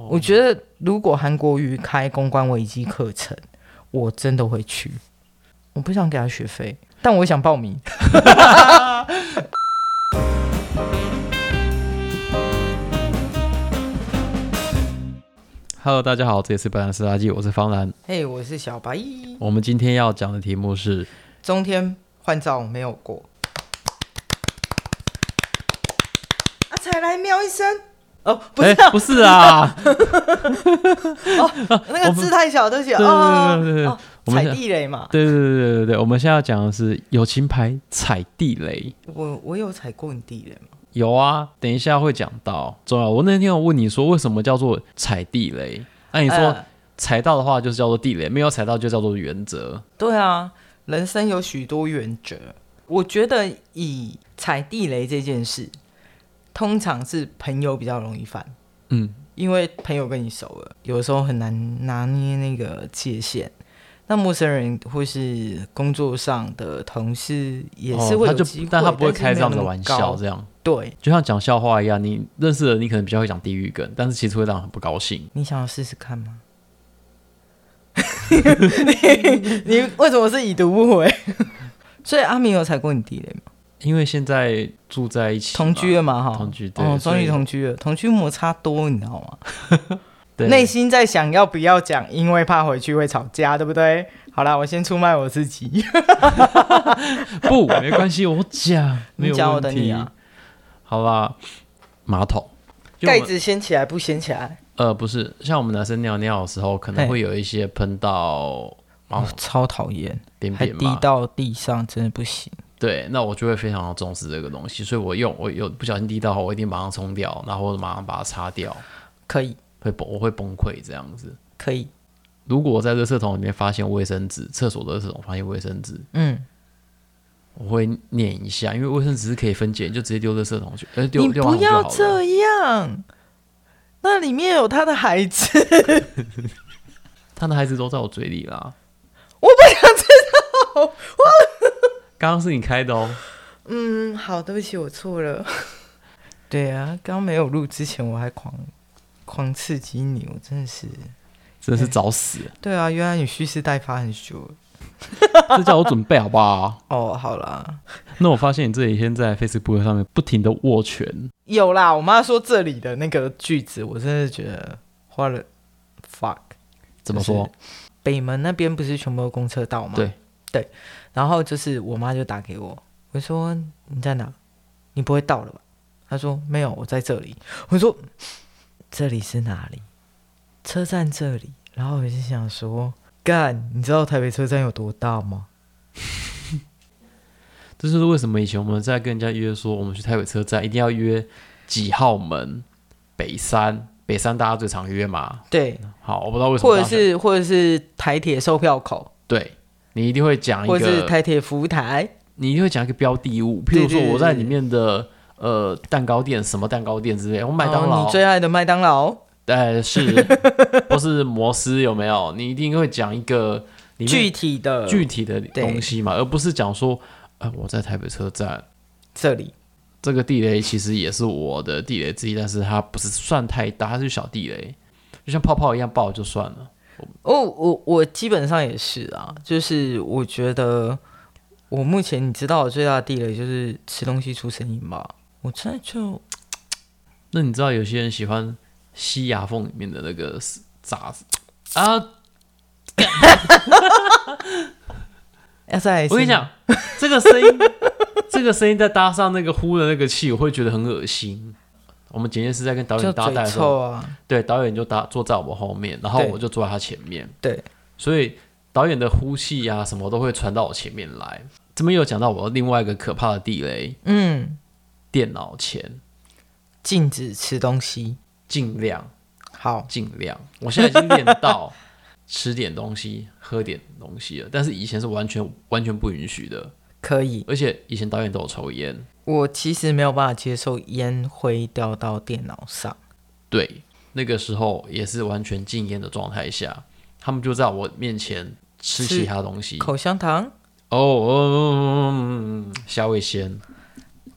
我觉得如果韩国瑜开公关危机课程，我真的会去。我不想给他学费，但我想报名。 Hello， 大家好，这里是白兰斯垃圾，我是方兰。 嘿，我是小白。 我们今天要讲的题目是中天换照没有过。阿才来喵一声。哦，不是、啊不是啊。 哦，那个字太小，对不起。 对， 踩地雷嘛。 对，我们现在要讲的是友情牌踩地雷。 我有踩过你地雷吗？ 有啊，等一下会讲到。重要，我那天有问你说为什么叫做踩地雷，你说踩到的话就是叫做地雷，没有踩到就叫做原则。 对啊，人生有许多原则。我觉得以踩地雷这件事，通常是朋友比较容易犯。因为朋友跟你熟了，有的时候很难拿捏那个界限。那陌生人或是工作上的同事也是会有机会， 但他不会开这样的玩笑，这样对， 就像讲笑话一样，你认识的你可能比较会讲地狱梗，但是其实会让人很不高兴。 你想要试试看吗？你为什么是已读不回？所以阿明有踩过你地雷吗？ 因为现在住在一起同居了嘛，哈， 同居，对， 终于同居了，同居摩擦多，你知道吗？内心在想要不要讲，因为怕回去会吵架，对不对？好啦，我先出卖我自己。 不，没关系，我讲，没有问题。 你讲我等你啊。 好啦，马桶盖子掀起来不掀起来？ 不是，像我们男生尿尿的时候，可能会有一些喷到， 超讨厌， 边还滴到地上，真的不行。 对，那我就会非常的重视这个东西，所以我有不小心滴到，我一定马上冲掉，然后马上把它擦掉。 可以， 我会崩溃这样子。 可以。 如果我在垃圾桶里面发现卫生纸，厕所的垃圾桶发现卫生纸，我会念一下，因为卫生纸是可以分解，你就直接丢垃圾桶去，丢你不要这样，那里面有他的孩子， 他的孩子都在我嘴里啦。 我不想知道。 刚刚是你开的哦。 好，对不起，我错了。对啊，刚没有录之前我还狂刺激你，我真是找死。 对啊，原来你蓄势待发很久了。 这叫我准备好不好？ 哦，好啦。 那我发现你这几天在 Facebook 上面不停的握拳。 有啦，我妈说这里的那个句子，我真的觉得花了 fuck。 怎么说？ 北门那边不是全部都公车道吗？对。然后就是我妈就打给我，我说你在哪？你不会到了吧？她说没有，我在这里。我说这里是哪里？车站这里。然后我就想说，干，你知道台北车站有多大吗？ 这就是为什么以前我们在跟人家约说，我们去台北车站一定要约几号门，北山大家最常约嘛。对，好，我不知道为什么。 或者是台铁售票口。 对，你一定会讲一个， 或者是台铁服务台， 你一定会讲一个标的物，譬如说我在里面的蛋糕店，什么蛋糕店之类，麦当劳， 你最爱的麦当劳。 是，或是摩斯有没有？你一定会讲一个具体的东西嘛，而不是讲说，我在台北车站这里， 这个地雷其实也是我的地雷之一，但是它不是算太大，它是小地雷，就像泡泡一样爆就算了。 我基本上也是啊，就是我觉得我目前你知道我最大的地雷就是吃东西出声音吧，我真的就…… 那你知道有些人喜欢吸牙缝里面的那个渣子啊？ 要再来一次， 我跟你讲，这个声音再搭上那个呼的那个气，我会觉得很恶心。我们剪接师在跟导演搭档的时候，对，导演就坐在我们后面，然后我就坐在他前面，对，所以导演的呼气啊什么都会传到我前面来。这边有讲到我另外一个可怕的地雷，电脑前禁止吃东西， 尽量。我现在已经练到吃点东西、喝点东西了，但是以前是完全不允许的。 可以， 而且以前导演都有抽烟， 我其实没有办法接受烟灰掉到电脑上。 对，那个时候也是完全禁烟的状态下，他们就在我面前吃其他东西， 口香糖， 虾味鲜，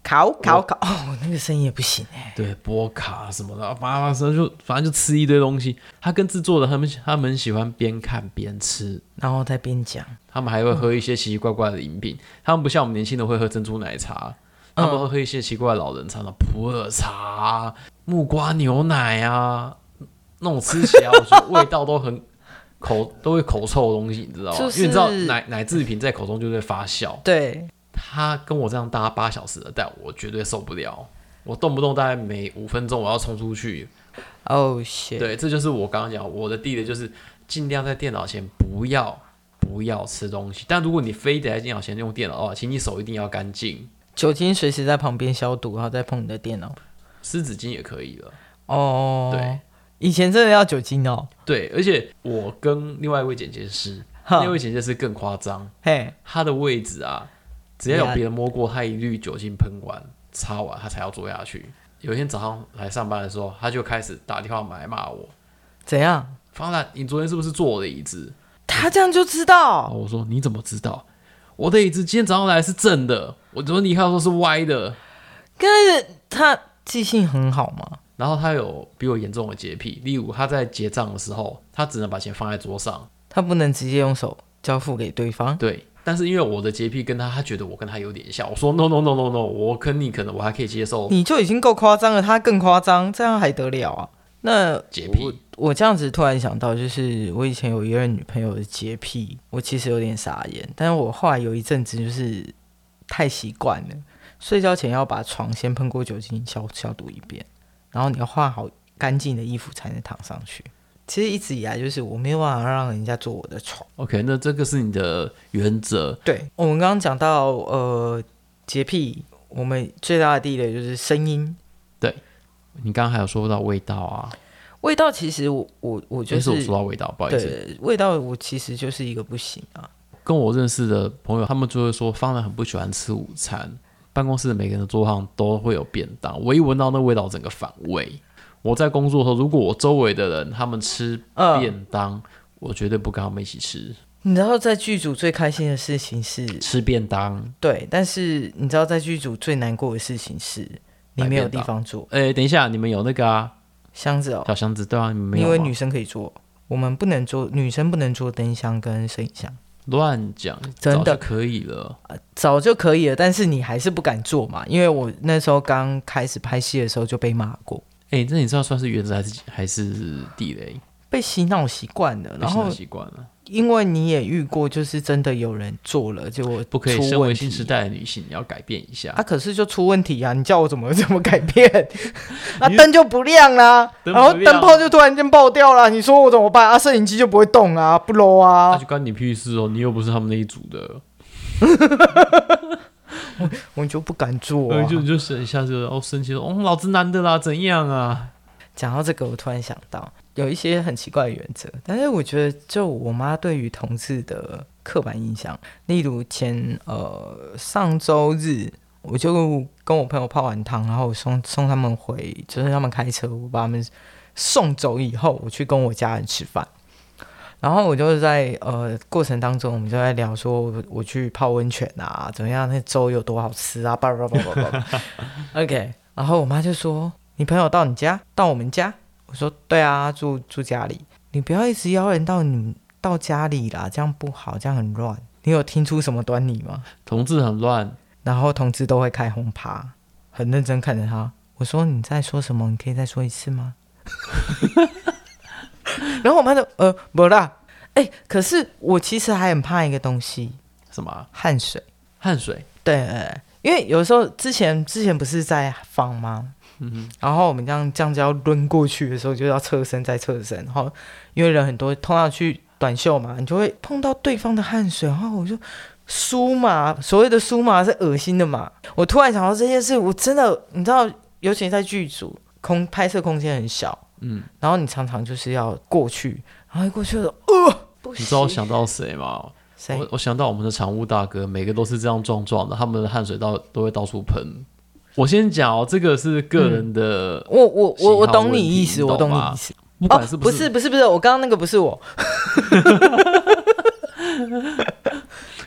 烤哦，那个声音也不行对，波卡什么的，反正就吃一堆东西。他跟制作的他们喜欢边看边吃， 然后再边讲。 他们还会喝一些奇奇怪怪的饮品，他们不像我们年轻人会喝珍珠奶茶，他们会喝一些奇怪的老人茶，普洱茶、木瓜牛奶啊，那种吃起来我觉得味道都会口臭的东西，你知道吗？因为你知道奶制品在口中就会发酵。 对。 他跟我这样搭8小时的带，我绝对受不了。我动不动大概每5分钟我要冲出去。 Oh shit！ 对，这就是我刚刚讲我的地雷，就是尽量在电脑前不要吃东西。但如果你非得在电脑前用电脑的话，请你手一定要干净， 酒精随时在旁边消毒，然后再碰你的电脑。 湿纸巾也可以了。 哦， 对， 以前真的要酒精哦。 对，而且我跟另外一位剪接师，那位剪接师更夸张，他的位置啊。只要有别人摸过，他一律酒精喷完、擦完，他才要坐下去。有一天早上来上班的时候，他就开始打电话来骂我。 怎样？ 方兰，你昨天是不是坐我的椅子？ 他这样就知道。 我说你怎么知道？我的椅子今天早上来是正的，我昨天离开的时候是歪的。 可是他记性很好嘛。 然后他有比我严重的洁癖，例如他在结账的时候，他只能把钱放在桌上， 他不能直接用手交付给对方。 对。但是因为我的洁癖跟他觉得我跟他有点像，我说 no， 我跟你可能我还可以接受， 你就已经够夸张了，他更夸张，这样还得了啊？那洁癖， 我这样子突然想到，就是我以前有一任女朋友的洁癖，我其实有点傻眼，但是我后来有一阵子就是太习惯了，睡觉前要把床先喷过酒精消毒一遍，然后你要换好干净的衣服才能躺上去。其实一直以来就是我没有办法让人家坐我的床。 OK， 那这个是你的原则。 对，我们刚刚讲到洁癖，我们最大的地雷就是声音。 对，你刚刚还有说到味道啊。 味道其实我就是我说到味道，不好意思。 对，味道我其实就是一个不行啊。 跟我认识的朋友，他们就会说，方然很不喜欢吃午餐，办公室的每个人的桌上都会有便当，我一闻到那味道，整个反胃。我在工作的时候，如果我周围的人他们吃便当，我绝对不跟他们一起吃。 你知道在剧组最开心的事情是吃便当， 对，但是你知道在剧组最难过的事情是你没有地方坐。 等一下，你们有那个啊箱子哦， 小箱子，对啊，你们没有吗？ 因为女生可以坐，我们不能坐，女生不能坐灯箱跟摄影箱。 乱讲，真的可以了， 早就可以了，但是你还是不敢坐嘛，因为我那时候刚开始拍戏的时候就被骂过。 这你知道算是原则还是地雷？ 被洗脑习惯了，然后因为你也遇过，就是真的有人做了，结果不可以。身为新时代的女性，你要改变一下。 可是就出问题啊！你叫我怎么改变？灯就不亮啦，然后灯泡就突然间爆掉了，你说我怎么办？摄影机就不会动啊，不 low 啊？ 那就关你屁事哦！你又不是他们那一组的。 我就不敢做啊， 就一下就生气说：“老子男的啦，怎样啊？” 讲到这个，我突然想到有一些很奇怪的原则，但是我觉得就我妈对于同志的刻板印象，例如上周日我就跟我朋友泡完汤，然后我送他们回，就是他们开车，我把他们送走以后，我去跟我家人吃饭。然后我就在过程当中，我们就在聊说我去泡温泉啊，怎么样？那粥有多好吃啊？叭叭叭叭叭。OK， 然后我妈就说：“你朋友到你家，到我们家？”我说：“对啊，住家里。你不要一直邀人到家里啦，这样不好，这样很乱。你有听出什么端倪吗？” 同志很乱，然后同志都会开轰趴，很认真看着他。我说：“你在说什么？你可以再说一次吗？”然后我妈就没啦，可是我其实还很怕一个东西， 什么？ 汗水。汗水， 对， 因为有时候之前不是在房吗？然后我们这样就要抡过去的时候，就要侧身再侧身，然后因为人很多，通常去短袖嘛，你就会碰到对方的汗水，然后我就酥麻，所谓的酥麻是恶心的嘛。我突然想到这件事，我真的，你知道，尤其在剧组，拍摄空间很小。然后你常常就是要过去，然后一过去的不行。 你知道我想到谁吗？我想到我们的常务大哥，每个都是这样壮壮的，他们的汗水都会到处喷。我先讲这个是个人的， 我懂你意思，我懂你意思。 不管是不是，我刚刚那个不是我。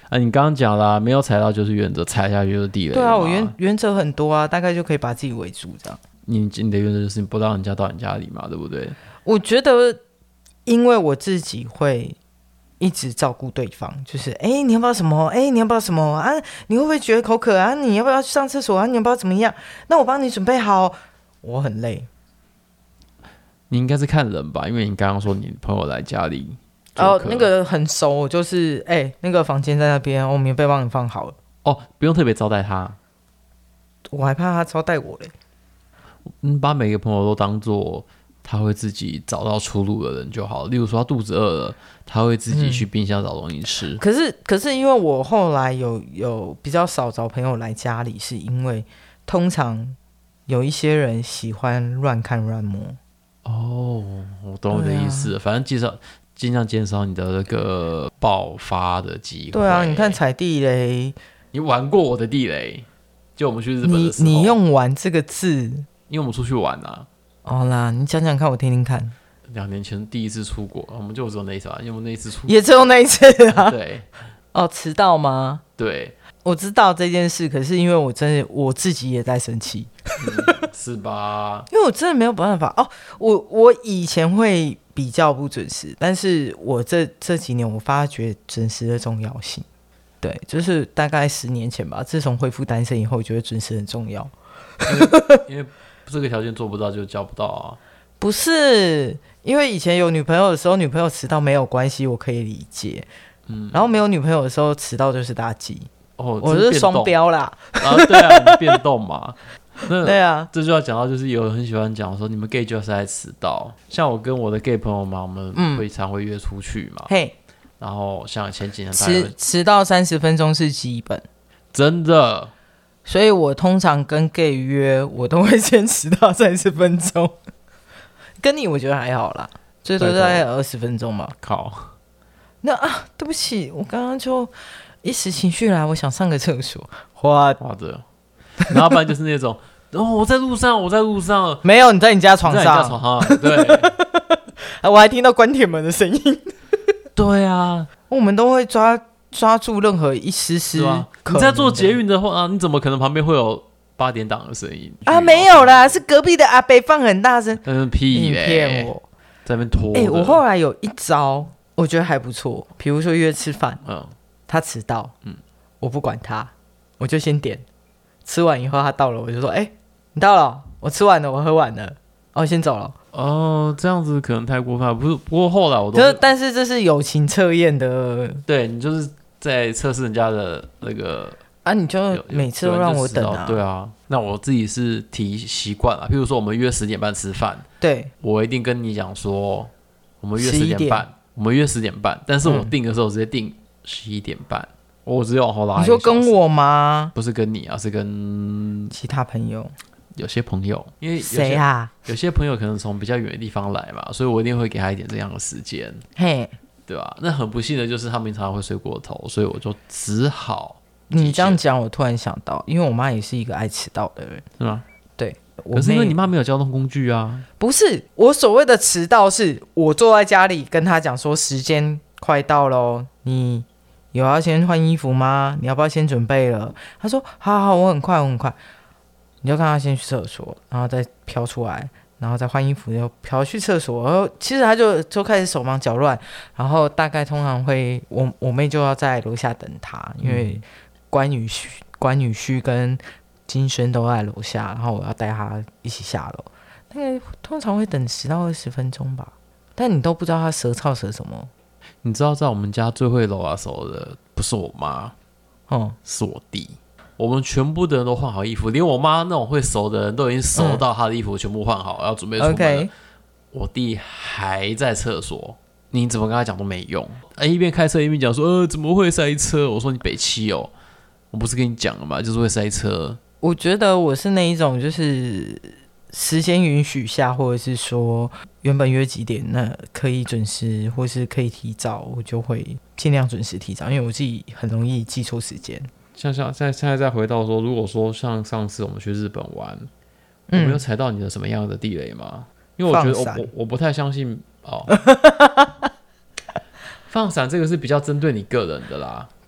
你刚刚讲啦，没有踩到就是原则，踩下去就是地雷。 对啊，我原则很多啊，大概就可以把自己围住这样。 你的原则就是你不让人家到你家里嘛，对不对？ 我觉得，因为我自己会一直照顾对方，就是你要不要什么？你要不要什么啊？你会不会觉得口渴啊？你要不要上厕所啊？你要不要怎么样？那我帮你准备好。我很累。 你应该是看人吧，因为你刚刚说你朋友来家里。 那个很熟，我就是那个房间在那边，我棉被帮你放好了。 不用特别招待他。 我还怕他招待我嘞。 把每个朋友都当做他会自己找到出路的人就好。例如说他肚子饿了，他会自己去冰箱找东西吃。 可是因为我后来有比较少找朋友来家里，是因为通常有一些人喜欢乱看乱摸。 我懂你的意思。反正尽量减少你的那个爆发的机会。 对啊，你看踩地雷， 你玩过我的地雷，就我们去日本的时候。 你用玩这个字， 因为我们出去玩啊。 好啦，你讲讲看，我听听看。 2年前第一次出国，我们就只有那一次吧，因为我们那一次出国也只有那一次啊。 对。 迟到吗？ 对， 我知道这件事，可是因为我自己也在生气。 是吧？ 因为我真的没有办法我以前会比较不准时，但是我这几年我发觉准时的重要性。对，就是大概10年前吧，自从恢复单身以后，我觉得准时很重要。 因为这个条件做不到就交不到啊。 不是，因为以前有女朋友的时候，女朋友迟到没有关系，我可以理解。然后没有女朋友的时候，迟到就是大忌。我是双标啦。 对啊，你变动嘛。 对啊， 这就要讲到，就是有人很喜欢讲说，你们 gay 就是在迟到。像我跟我的 gay 朋友嘛，我们常会约出去嘛。然后像前几年迟到30分钟是基本， 真的。 所以我通常跟 gay 约，我都会先迟到30分钟。跟你我觉得还好啦，最多大概20分钟吧。 靠， 那对不起，我刚刚就一时情绪来，我想上个厕所，花的。然后不然就是那种，我在路上， 没有，你在你家床上， 在你家床上，对。 我还听到关铁门的声音。 对啊， 我们都会抓住任何一丝丝。 你在做捷运的话，你怎么可能旁边会有8点档的声音没有啦，是隔壁的阿伯放很大声。 屁嘞！ 骗我， 在那边拖。 我后来有一招，我觉得还不错。比如说约吃饭，他迟到，我不管他，我就先点。吃完以后他到了，我就说：“你到了，我吃完了，我喝完了，先走了。” 这样子可能太过分。不过后来我都， 但是这是友情测验的。 对，你就是在测试人家的那个你就每次都让我等啊。 对啊，那我自己是提习惯了。譬如说我们约10点半吃饭， 对， 我一定跟你讲说我们约10点半，我们约10点半，但是我订的时候直接订11点半。我只有往后拉。 你说跟我吗？ 不是跟你啊，是跟其他朋友。 有些朋友，因为谁啊？ 有些朋友可能从比较远的地方来嘛，所以我一定会给他一点这样的时间，对吧？那很不幸的就是他们常常会睡过头，所以我就只好。 你这样讲，我突然想到，因为我妈也是一个爱迟到的人， 是吗？ 对。 可是因为你妈没有交通工具啊。 不是，我所谓的迟到是我坐在家里跟她讲说时间快到咯，你有要先换衣服吗？你要不要先准备了？她说好，我很快。你就看他先去厕所，然后再飘出来，然后再换衣服，又飘去厕所。然后其实他就开始手忙脚乱，然后大概通常会我妹就要在楼下等他，因为关女婿跟金生都在楼下，然后我要带他一起下楼。那个通常会等10到20分钟吧，但你都不知道他舌操舌什么。 你知道在我们家最会搂手的不是我妈，是我弟。我们全部的人都换好衣服，连我妈那种会熟的人都已经熟到她的衣服全部换好，要准备出门了。Okay. 我弟还在厕所，你怎么跟他讲都没用。一边开车一边讲说，怎么会塞车？我说你北七哦，我不是跟你讲了吗？就是会塞车。 我觉得我是那一种，就是时间允许下，或者是说原本约几点，那可以准时，或是可以提早，我就会尽量准时提早，因为我自己很容易记错时间。 像现在再回到说，如果说像上次我们去日本玩，我没有踩到你的什么样的地雷吗？因为我觉得我不太相信放伞这个是比较针对你个人的啦。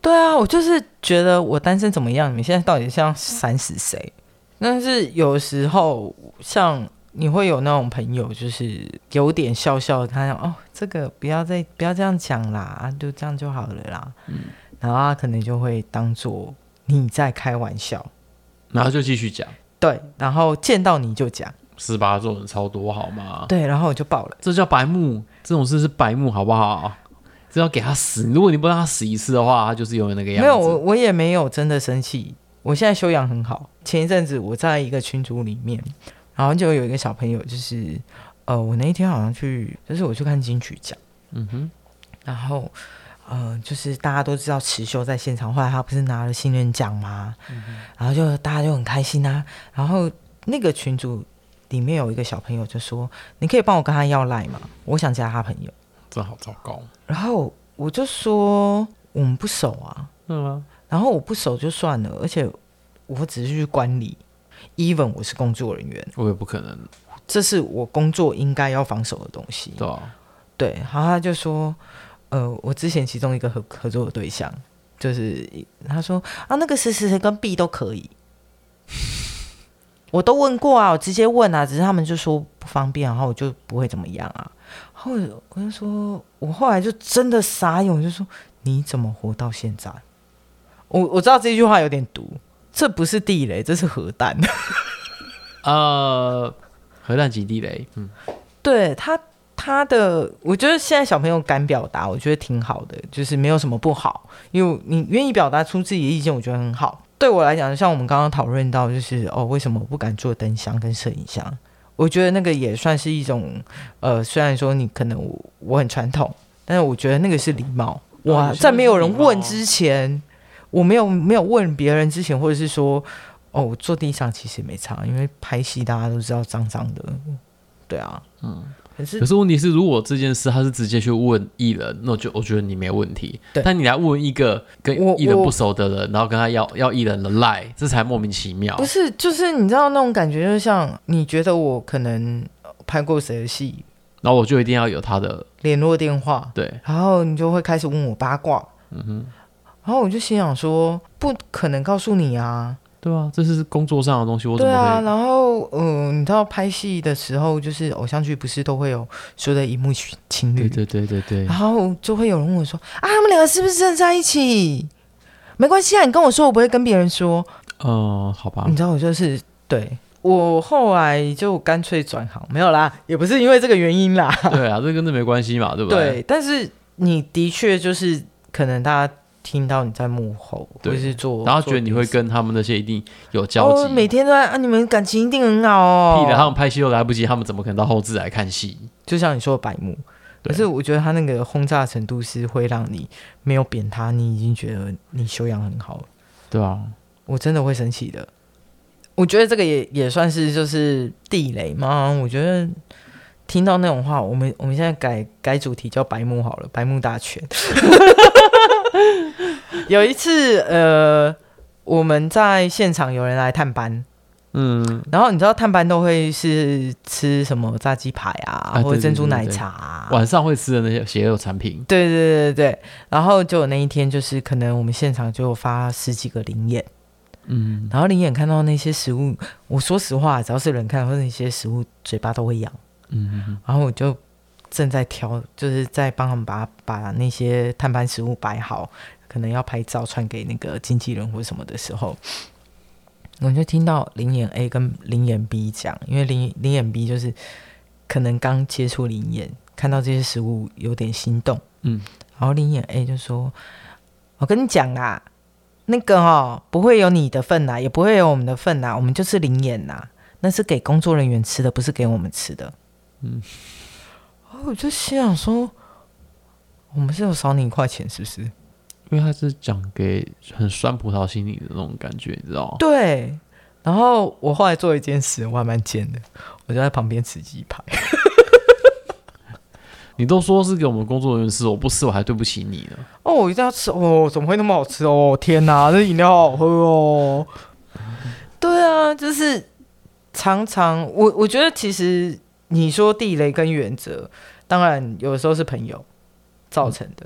对啊，我就是觉得我单身怎么样？你们现在到底是要闪死谁？但是有时候像你会有那种朋友，就是有点笑笑，他讲哦，这个不要这样讲啦，就这样就好了啦。然后他可能就会当作你在开玩笑， 然后就继续讲。 对，然后见到你就讲。 18这种人超多好吗？ 对，然后我就爆了。 这叫白目，这种事是白目，好不好？这要给他死。如果你不让他死一次的话，他就是永远那个样子。 没有，我也没有真的生气。我现在修养很好。前一阵子我在一个群组里面，然后就有一个小朋友，就是我那一天好像就是我去看金曲奖，然后就是大家都知道池秀在现场，后来他不是拿了新人奖吗？然后就大家就很开心啊。然后那个群组里面有一个小朋友就说：“你可以帮我跟他要赖吗？我想加他朋友。” 这好糟糕。 然后我就说：“我们不熟啊。”然后我不熟就算了，而且我只是去观礼 ，even 我是工作人员， 我也不可能。 这是我工作应该要防守的东西。 对啊， 对。然后他就说：“我之前其中一个合作的对象，就是他说啊，那个谁跟 B 都可以。”我都问过啊，我直接问啊，只是他们就说不方便，然后我就不会怎么样啊。然后我就说，我后来就真的傻眼，我就说你怎么活到现在？我知道这句话有点毒，这不是地雷，这是核弹。 核弹级地雷。 对他的，我觉得现在小朋友敢表达，我觉得挺好的，就是没有什么不好，因为你愿意表达出自己的意见，我觉得很好。对我来讲，像我们刚刚讨论到，就是为什么我不敢做灯箱跟摄影箱？我觉得那个也算是一种，虽然说你可能我很传统，但是我觉得那个是礼貌。哇，在没有人问之前，我没有问别人之前，或者是说，我坐地上其实也没差，因为拍戏大家都知道脏脏的，对啊，可是问题是，如果这件事他是直接去问艺人，那我觉得你没问题。但你来问一个跟艺人不熟的人，然后跟他要艺人的赖，这才莫名其妙。 不是，就是你知道那种感觉，就像你觉得我可能拍过谁的戏， 然后我就一定要有他的联络电话， 对， 然后你就会开始问我八卦，然后我就心想说，不可能告诉你啊。 对啊，这是工作上的东西，我怎么会？对啊， 然后你知道拍戏的时候，就是偶像剧不是都会有说的荧幕情侣， 对， 然后就会有人问我说啊，他们两个是不是真的在一起？没关系啊，你跟我说，我不会跟别人说。 好吧。 你知道我就是对我后来就干脆转行，没有啦，也不是因为这个原因啦。 对啊，这跟这没关系嘛，对不对？ 对，但是你的确就是可能大家听到你在幕后，或是做， 然后觉得你会跟他们那些一定有交集， 每天都在你们感情一定很好哦。 屁的，他们拍戏都来不及，他们怎么可能到后置来看戏？ 就像你说的白目，可是我觉得他那个轰炸程度是会让你没有扁他，你已经觉得你修养很好了。对啊，我真的会生气的。我觉得这个也算是就是地雷吗？我觉得听到那种话，我们现在改主题叫白目好了，白目大全。有一次我们在现场有人来探班，然后你知道探班都会是吃什么炸鸡排啊，或者珍珠奶茶啊， 晚上会吃的那些邪恶产品。 对，然后就有那一天就是可能我们现场就有发10几个灵眼，然后灵眼看到那些食物，我说实话，只要是人看到那些食物，嘴巴都会痒，然后我就正在挑，就是在帮他们把那些探班食物摆好，可能要拍照传给那个经纪人或什么的时候，我就听到灵眼 A 跟灵眼 B 讲，因为灵眼 B 就是可能刚接触灵眼，看到这些食物有点心动，然后灵眼 A 就说：“我跟你讲啦，那个不会有你的份啦，也不会有我们的份啦，我们就是灵眼啦，那是给工作人员吃的，不是给我们吃的。”我就心想说，我们是有少你1块钱是不是？ 因为他是讲给很酸葡萄心理的那种感觉，你知道吗？ 对。然后我后来做一件事，我还蛮贱的，我就在旁边吃鸡排。 你都说是给我们工作人员吃，我不吃我还对不起你呢。 我一定要吃哦，怎么会那么好吃哦？天哪，这饮料好好喝哦。对啊，就是常常我觉得其实你说地雷跟原则，当然有的时候是朋友造成的，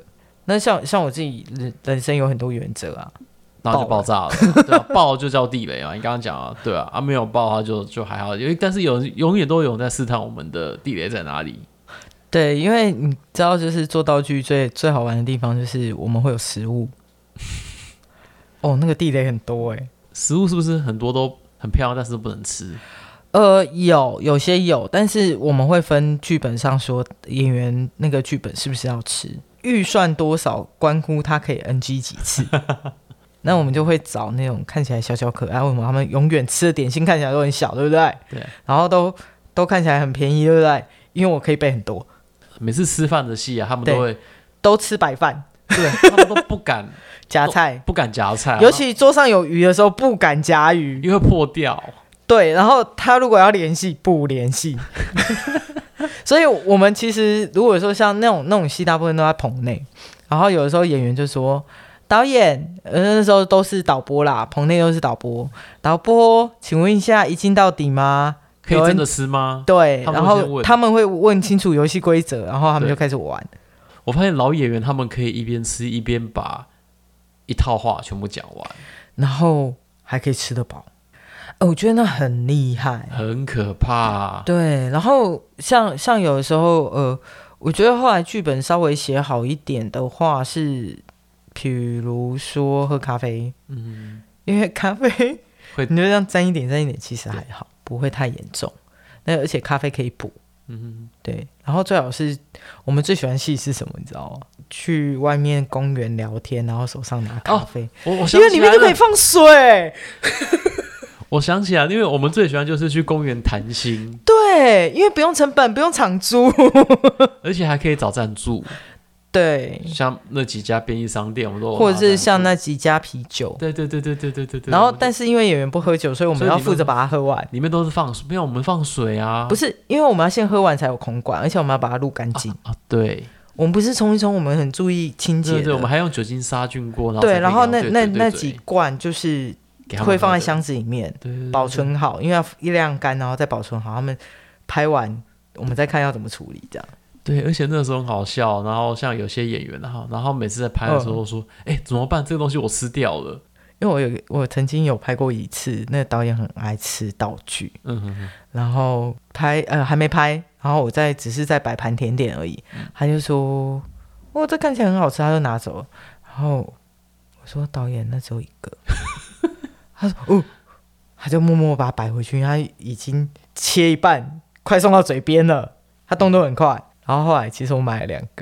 那像我自己人生有很多原则啊， 然后就爆炸了，对啊，爆就叫地雷嘛，你刚刚讲啊，对啊，没有爆它就还好，但是永远都有人在试探我们的地雷在哪里。 对，因为你知道，就是做道具最好玩的地方就是我们会有食物。哦，那个地雷很多欸。 食物是不是很多都很漂亮，但是不能吃？ 有些有，但是我们会分剧本上说演员那个剧本是不是要吃，预算多少关乎他可以 NG 几次。那我们就会找那种看起来小小可爱，为什么他们永远吃的点心看起来都很小，对不对？ 对。 然后都看起来很便宜，对不对？因为我可以备很多。 每次吃饭的戏啊，他们都吃白饭， 对，他们都不敢夹菜， 不敢夹菜， 尤其桌上有鱼的时候不敢夹鱼， 因为会破掉。 对，然后他如果要联系不联系，所以我们其实如果说像那种戏，大部分都在棚内，然后有的时候演员就说导演，那时候都是导播啦，棚内都是导播，请问一下一镜到底吗？ 可以真的吃吗？ 对，然后他们会问清楚游戏规则，然后他们就开始玩。 我发现老演员他们可以一边吃一边把一套话全部讲完， 然后还可以吃得饱。我觉得那很厉害， 很可怕。 对，然后像有的时候，我觉得后来剧本稍微写好一点的话是，比如说喝咖啡，因为咖啡你就这样沾一点，其实还好。不会太严重，而且咖啡可以补，对。然后最好是我们最喜欢戏是什么，你知道吗？去外面公园聊天，然后手上拿咖啡， 因为里面就可以放水。 我想起来，因为我们最喜欢就是去公园谈心， 对，因为不用成本，不用场租， 而且还可以找赞助。 对， 像那几家便利商店，我们都或者是像那几家啤酒， 对。 然后，但是因为演员不喝酒，所以我们要负责把它喝完。 里面都是放水，没有我们放水啊。 不是，因为我们要先喝完才有空管，而且我们要把它撸干净啊。对， 我们不是冲一冲，我们很注意清洁的。 对，我们还用酒精杀菌过。 对，然后那几罐就是会放在箱子里面，保存好，因为要一晾干，然后再保存好。他们拍完，我们再看要怎么处理，这样。 对，而且那个时候很好笑，然后像有些演员，然后每次在拍的时候说：“怎么办？这个东西我吃掉了。” 因为我曾经有拍过一次，那个导演很爱吃道具，然后还没拍，然后我只是在摆盘甜点而已，他就说：“这看起来很好吃。”他就拿走了，然后我说：“导演，那只有一个。”他说：“他就默默把它摆回去，他已经切一半，快送到嘴边了，他动作很快。”然后后来其实我买了2个。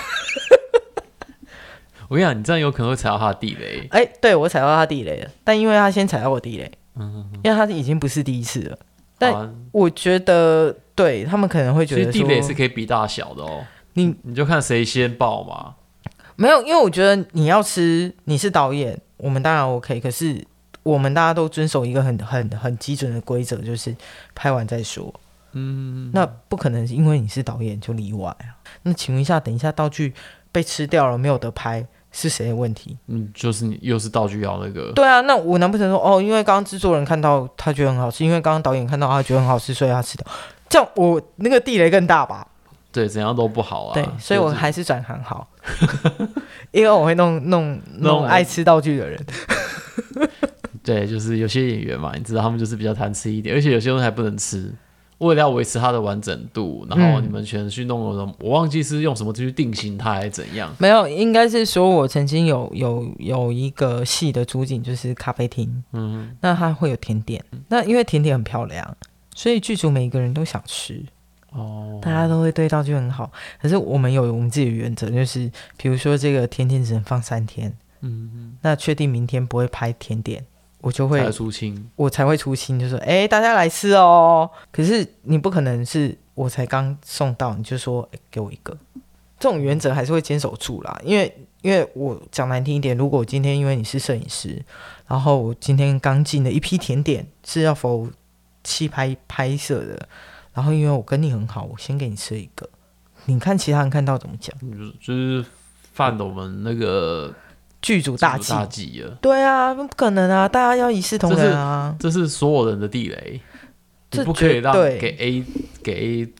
我跟你讲，你这样有可能会踩到他的地雷。 对，我踩到他地雷了，但因为他先踩到我地雷，因为他已经不是第一次了。但我觉得，对他们可能会觉得说， 其实地雷是可以比大小的哦。你就看谁先爆嘛。 没有，因为我觉得你要吃，你是导演，我们当然 OK。可是我们大家都遵守一个很基准的规则，就是拍完再说。那不可能因为你是导演就例外啊。那请问一下，等一下道具被吃掉了，没有得拍，是谁的问题？ 就是你又是道具要那个。 对啊，那我难不成说因为刚刚制作人看到他觉得很好吃，因为刚刚导演看到他觉得很好吃，所以他吃掉，这样我那个地雷更大吧？ 对，怎样都不好啊。 对，所以我还是转行好，因为我会弄爱吃道具的人。 对，就是有些演员嘛，你知道他们就是比较贪吃一点，而且有些东西还不能吃。为了要维持它的完整度，然后你们全去弄了我忘记是用什么去定型它还是怎样。 没有，应该是说我曾经有一个戏的主景就是咖啡厅，那它会有甜点，那因为甜点很漂亮，所以剧组每一个人都想吃，大家都会对道具很好。可是我们有我们自己的原则，就是比如说这个甜点只能放3天，那确定明天不会拍甜点，我就会我才会出清，就说大家来吃哦。可是你不可能是我才刚送到你就说给我一个，这种原则还是会坚守住啦。因为我讲难听一点，如果今天因为你是摄影师，然后我今天刚进了一批甜点是要否气拍摄的，然后因为我跟你很好，我先给你吃一个，你看其他人看到怎么讲？ 就是犯了我们那个剧组大忌了。对啊，不可能啊，大家要一视同仁啊。 这是所有人的地雷，你不可以让给 A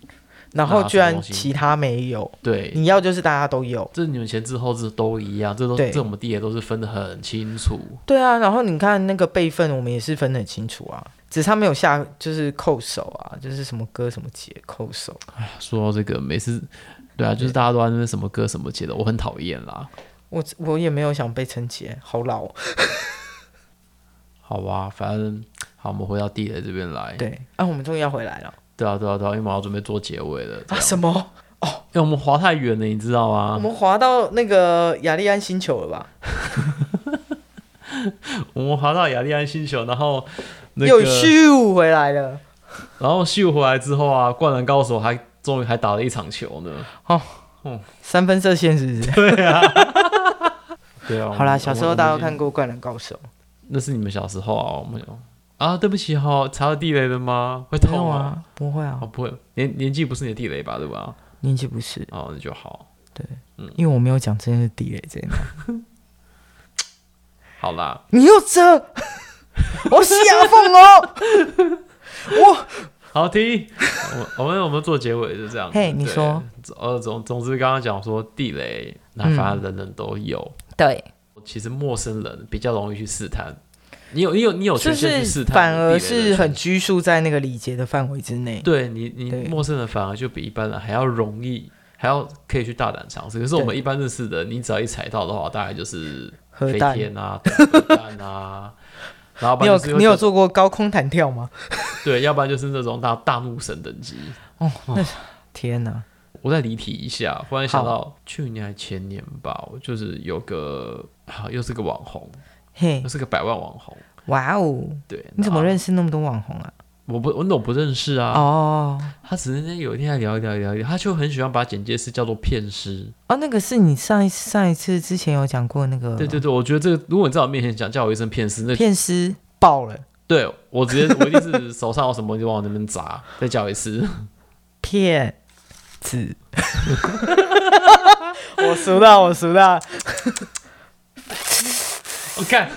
然后居然其他没有。 对， 你要就是大家都有， 这你们前置后置都一样，这我们地雷都是分得很清楚。 对啊，然后你看那个备份，我们也是分得很清楚啊，只是他没有下就是扣手啊，就是什么歌什么节扣手。 哎，说到这个，每次对啊，就是大家都在那边什么歌什么节的，我很讨厌啦。 我也没有想被称节，好老。 好吧，反正好，我们回到地雷这边来。 对，我们终于要回来了。 对啊，因为我们要准备做结尾了。 什么？ 因为我们滑太远了，你知道吗？ 我们滑到那个亚利安星球了吧？ 我们滑到亚利安星球，然后又咻回来了。 然后咻回来之后啊，灌篮高手终于还打了一场球呢。 3分射线是不是？ 对啊，对啊。 好啦，小时候大家都看过《灌篮高手》。 那是你们小时候啊，我们有啊。对不起哈，查到地雷了吗？会痛啊？不会啊， 不会。年纪不是你的地雷吧？对吧？ 年纪不是。 哦，那就好。 对，因为我没有讲真的是地雷这样。 好啦， 你又这，我下风哦。 好听。我们做结尾就这样。 嘿，你说。 总之刚刚讲说地雷，那反正人人都有。 对。 其实陌生人比较容易去试探，你有权限去试探， 反而是很拘束在那个礼节的范围之内。 对你陌生人反而就比一般人还要容易，还要可以去大胆尝试。可是我们一般认识的，你只要一踩到的话，大概就是飞天啊、核弹啊。然后你有做过高空弹跳吗？ 对，要不然就是那种大怒神等级。 天哪！ 我再离题一下，忽然想到去年还前年吧，我就是有个又是个网红，又是个100万网红。 哇哦！对，你怎么认识那么多网红啊？ 我不认识啊。哦，他只是有一天来聊一聊，他就很喜欢把剪接师叫做骗师。 那个是你上一次之前有讲过那个。 对，我觉得这个，如果你在我面前讲叫我一声骗师，那骗师爆了。 对，我一定是手上有什么就往我那边砸，再叫一次骗子。我数到。我看。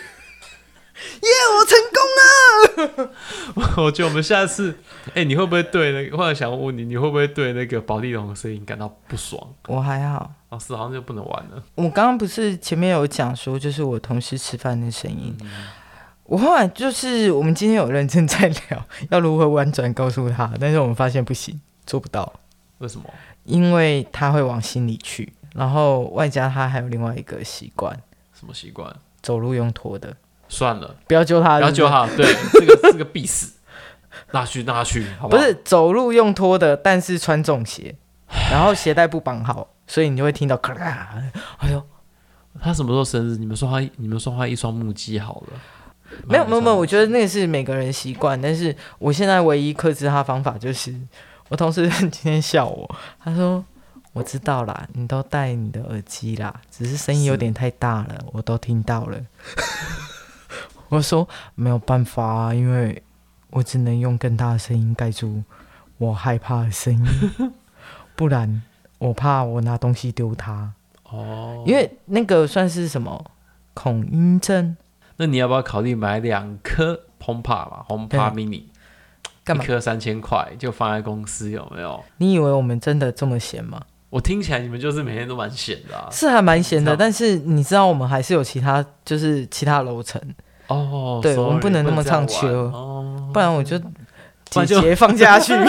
我成功了！ 我觉得我们下次，你会不会对那个？或者想问你，你会不会对那个保利龙的声音感到不爽？ 我还好。 好像就不能玩了。 我刚刚不是前面有讲说，就是我同事吃饭的声音。我后来就是我们今天有认真在聊，要如何婉转告诉他，但是我们发现不行，做不到。 为什么？ 因为他会往心里去，然后外加他还有另外一个习惯。 什么习惯？ 走路用拖的。 算了， 不要揪他， 对，这个必死，拉去，好不好？ 不是走路用拖的，但是穿重鞋，然后鞋带不绑好，所以你就会听到咔啦。哎呦， 他什么时候生日？你们说他一双木屐好了？ 没有，我觉得那个是每个人习惯，但是我现在唯一克制他的方法就是，我同事今天笑我，他说我知道啦，你都戴你的耳机啦，只是声音有点太大了，我都听到了。我说没有办法啊，因为我只能用更大的声音盖住我害怕的声音，不然我怕我拿东西丢他。因为那个算是什么恐音症。 那你要不要考虑买2颗 HomePod 嘛？HomePod Mini， 干嘛？1颗3000块就放在公司，有没有？ 你以为我们真的这么闲吗？ 我听起来你们就是每天都蛮闲的啊。 是还蛮闲的，但是你知道我们还是有其他楼层。对，我们不能那么唱秋，不然我就姐姐放下去。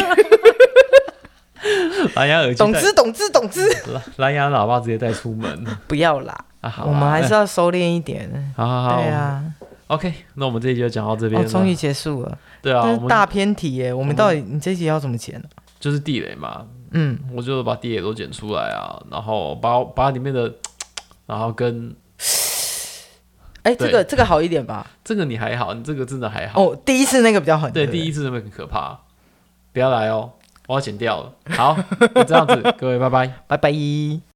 蓝牙耳机， 懂之。 蓝牙喇叭直接带出门， 不要啦。我们还是要收敛一点。 好， 对啊。 OK， 那我们这一集就讲到这边了。 终于结束了。 对啊， 但是大偏题耶。我们到底你这一集要怎么剪呢？ 就是地雷嘛。我就把地雷都剪出来啊，然后把里面的，然后跟。 这个好一点吧？ 这个你还好，你这个真的还好。 第一次那个比较狠。 对，第一次那个很可怕，不要来哦，我要剪掉了。好，就这样子，各位拜拜， 拜拜。